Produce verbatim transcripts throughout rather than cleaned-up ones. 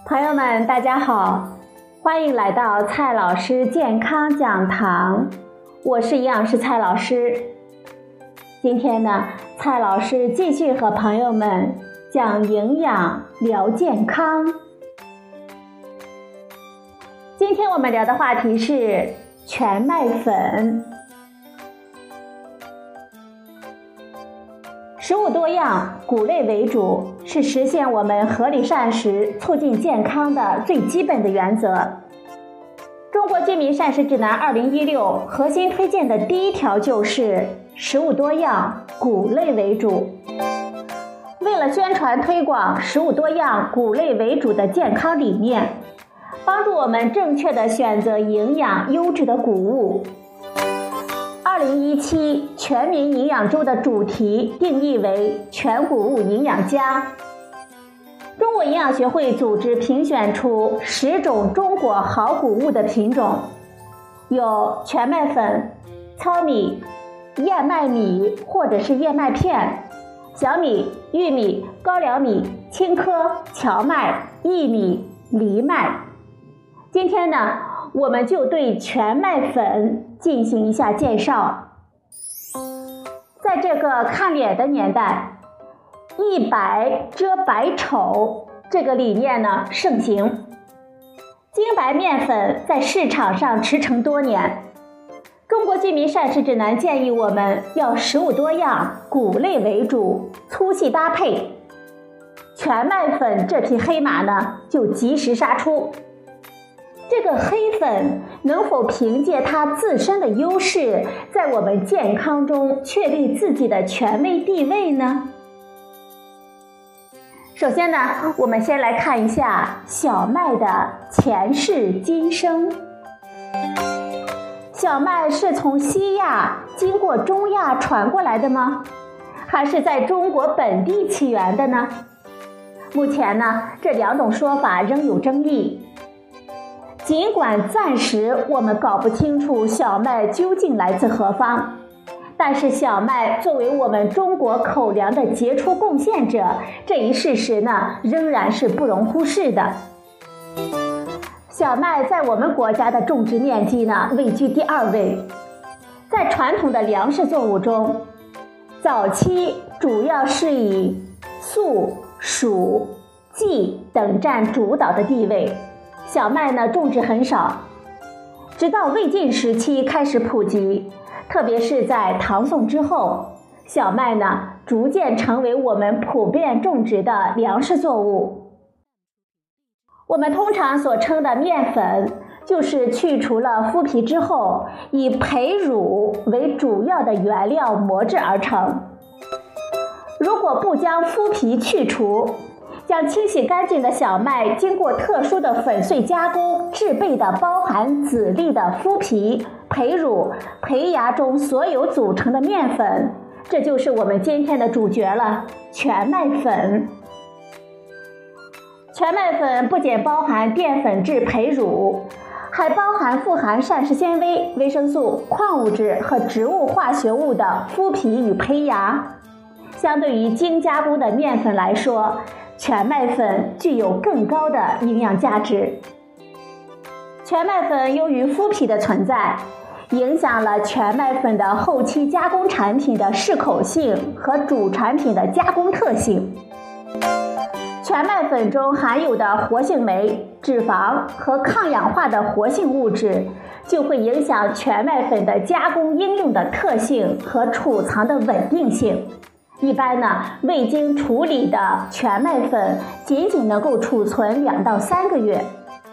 朋友们，大家好，欢迎来到蔡老师健康讲堂，我是营养师蔡老师。今天呢，蔡老师继续和朋友们讲营养聊健康。今天我们聊的话题是全麦粉。食物多样，谷类为主，是实现我们合理膳食、促进健康的最基本的原则。中国居民膳食指南二零一六核心推荐的第一条就是食物多样，谷类为主。为了宣传推广食物多样、谷类为主的健康理念，帮助我们正确的选择营养优质的谷物。二零一七全民营养周的主题定义为全谷物营养家。中国营养学会组织评选出十种中国好谷物的品种，有全麦粉、糙米、燕麦米或者是燕麦片、小米、玉米、高粱米、青稞、荞麦、薏米、藜麦。今天呢，我们就对全麦粉进行一下介绍。在这个看脸的年代，一白遮百丑这个理念呢盛行。精白面粉在市场上驰骋多年，中国居民膳食指南建议我们要食物多样，谷类为主，粗细搭配。全麦粉这匹黑马呢就及时杀出。这个黑粉能否凭借它自身的优势，在我们健康中确立自己的权威地位呢？首先呢，我们先来看一下小麦的前世今生。小麦是从西亚经过中亚传过来的吗？还是在中国本地起源的呢？目前呢，这两种说法仍有争议。尽管暂时我们搞不清楚小麦究竟来自何方，但是小麦作为我们中国口粮的杰出贡献者，这一事实呢，仍然是不容忽视的。小麦在我们国家的种植面积呢，位居第二位。在传统的粮食作物中，早期主要是以粟、黍、稷等占主导的地位。小麦呢种植很少，直到魏晋时期开始普及，特别是在唐宋之后，小麦呢逐渐成为我们普遍种植的粮食作物。我们通常所称的面粉，就是去除了麸皮之后，以胚乳为主要的原料磨制而成。如果不将麸皮去除，将清洗干净的小麦经过特殊的粉碎加工制备的包含籽粒的麸皮、胚乳、胚芽中所有组成的面粉，这就是我们今天的主角了，全麦粉。全麦粉不仅包含淀粉质胚乳，还包含富含膳食纤维、维生素、矿物质和植物化学物的麸皮与胚芽。相对于精加工的面粉来说，全麦粉具有更高的营养价值。全麦粉由于麸皮的存在，影响了全麦粉的后期加工产品的适口性和主产品的加工特性。全麦粉中含有的活性酶、脂肪和抗氧化的活性物质，就会影响全麦粉的加工应用的特性和储藏的稳定性。一般呢，未经处理的全麦粉仅仅能够储存两到三个月。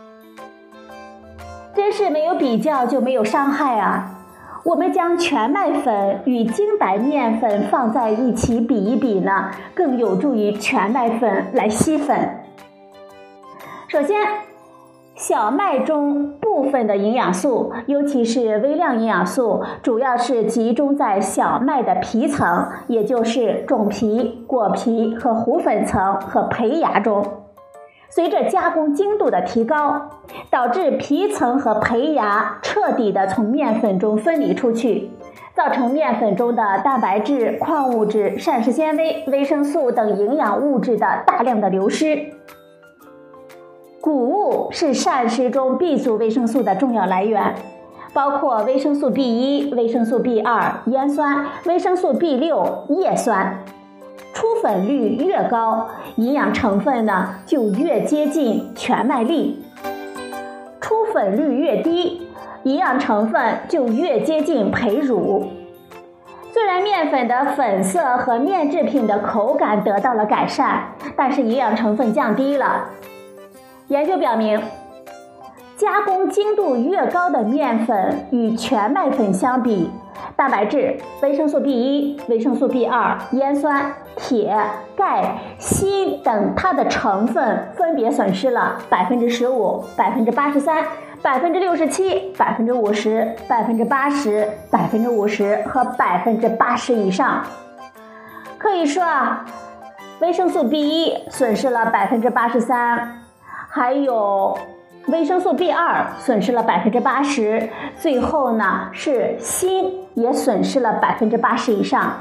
真是没有比较就没有伤害啊！我们将全麦粉与精白面粉放在一起比一比呢，更有助于全麦粉来吸粉。首先，小麦中部分的营养素，尤其是微量营养素，主要是集中在小麦的皮层，也就是种皮、果皮和糊粉层和胚芽中。随着加工精度的提高，导致皮层和胚芽彻底的从面粉中分离出去，造成面粉中的蛋白质、矿物质、膳食纤维、维生素等营养物质的大量的流失。 谷物是膳食中 B 族维生素的重要来源，包括维生素 B 一、维生素 B 二、烟酸、维生素 B 六、叶酸。出粉率越高，营养成分呢就越接近全麦粒；出粉率越低，营养成分就越接近胚乳。虽然面粉的粉色和面制品的口感得到了改善，但是营养成分降低了。研究表明，加工精度越高的面粉与全麦粉相比，蛋白质、维生素 B 一、维生素 B 二、烟酸、铁、钙、锌等它的成分分别损失了 百分之十五、百分之八十三、百分之六十七、百分之五十、百分之八十、百分之五十和百分之八十以上。可以说啊，维生素 B 一损失了 百分之八十三，还有维生素 B 二损失了 百分之八十， 最后呢是锌也损失了 百分之八十以上。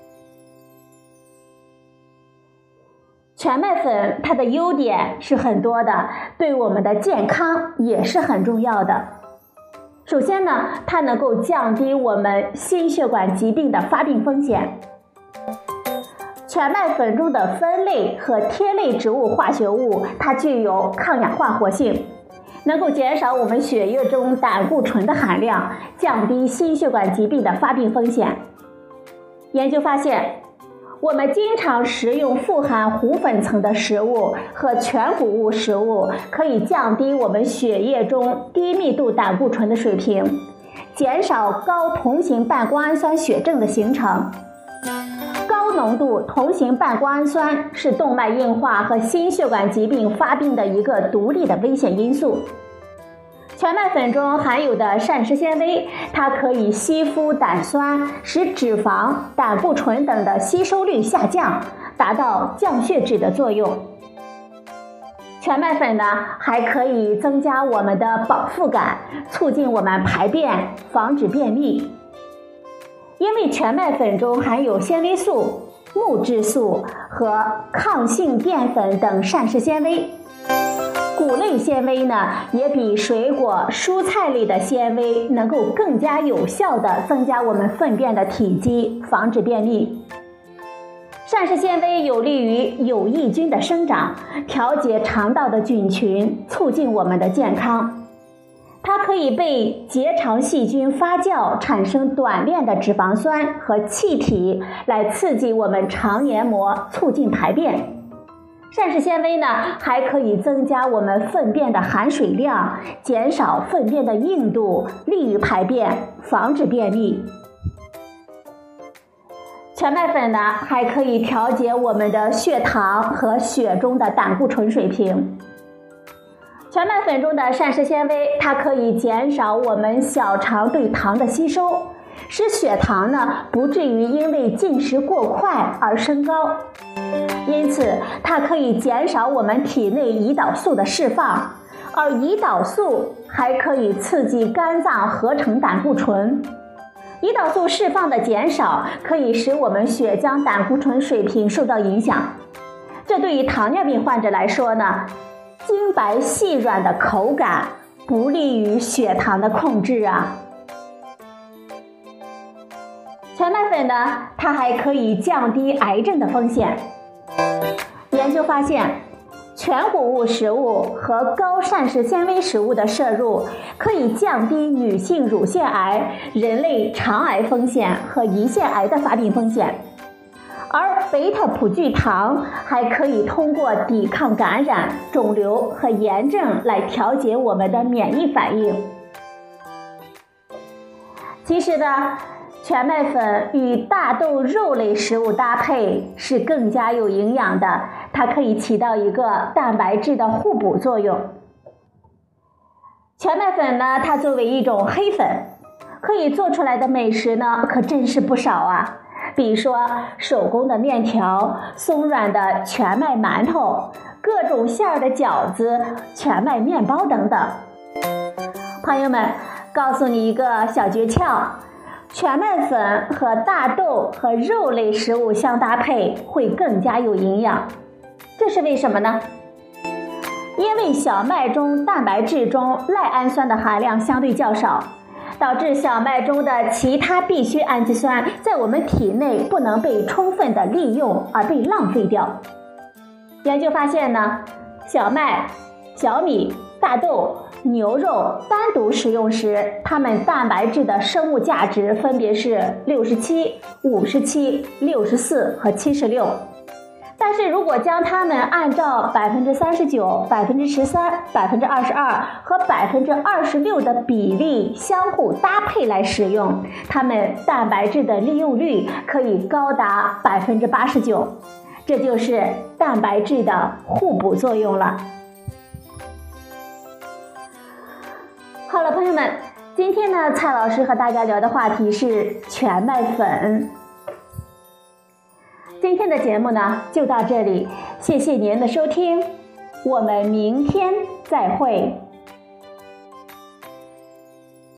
全麦粉它的优点是很多的，对我们的健康也是很重要的。首先呢，它能够降低我们心血管疾病的发病风险。全麦粉中的酚类和萜类植物化学物，它具有抗氧化活性，能够减少我们血液中胆固醇的含量，降低心血管疾病的发病风险。研究发现，我们经常食用富含糊粉层的食物和全谷物食物，可以降低我们血液中低密度胆固醇的水平，减少高同型半胱氨酸血症的形成。高浓度同型半胱氨酸是动脉硬化和心血管疾病发病的一个独立的危险因素。全麦粉中含有的膳食纤维，它可以吸附胆酸，使脂肪、胆固醇等的吸收率下降，达到降血脂的作用。全麦粉呢，还可以增加我们的饱腹感，促进我们排便，防止便秘。因为全麦粉中含有纤维素、木质素和抗性淀粉等膳食纤维，谷类纤维呢也比水果、蔬菜类的纤维能够更加有效地增加我们粪便的体积，防止便秘。膳食纤维有利于有益菌的生长，调节肠道的菌群，促进我们的健康。它可以被结肠细菌发酵，产生短链的脂肪酸和气体，来刺激我们肠黏膜，促进排便。膳食纤维呢，还可以增加我们粪便的含水量，减少粪便的硬度，利于排便，防止便秘。全麦粉呢，还可以调节我们的血糖和血中的胆固醇水平。全麦粉中的膳食纤维，它可以减少我们小肠对糖的吸收，使血糖呢不至于因为进食过快而升高。因此，它可以减少我们体内胰岛素的释放，而胰岛素还可以刺激肝脏合成胆固醇。胰岛素释放的减少，可以使我们血浆胆固醇水平受到影响。这对于糖尿病患者来说呢，精白细软的口感不利于血糖的控制啊。全麦粉呢，它还可以降低癌症的风险。研究发现，全谷物食物和高膳食纤维食物的摄入，可以降低女性乳腺癌、人类肠癌风险和胰腺癌的发病风险。而贝塔葡聚糖还可以通过抵抗感染、肿瘤和炎症来调节我们的免疫反应。其实呢，全麦粉与大豆肉类食物搭配是更加有营养的，它可以起到一个蛋白质的互补作用。全麦粉呢，它作为一种黑粉，可以做出来的美食呢，可真是不少啊。比如说手工的面条、松软的全麦馒头、各种馅儿的饺子、全麦面包等等。朋友们，告诉你一个小诀窍，全麦粉和大豆和肉类食物相搭配会更加有营养。这是为什么呢？ 因为小麦中蛋白质中赖氨酸的含量相对较少，导致小麦中的其他必需氨基酸在我们体内不能被充分的利用而被浪费掉。研究发现呢，小麦、小米、大豆、牛肉单独食用时，它们蛋白质的生物价值分别是六十七、五十七、六十四和七十六。但是如果将它们按照百分之三十九、百分之十三、百分之二十二和百分之二十六的比例相互搭配来使用，它们蛋白质的利用率可以高达百分之八十九。这就是蛋白质的互补作用了。好了，朋友们，今天呢，蔡老师和大家聊的话题是全麦粉。今天的节目呢就到这里，谢谢您的收听，我们明天再会。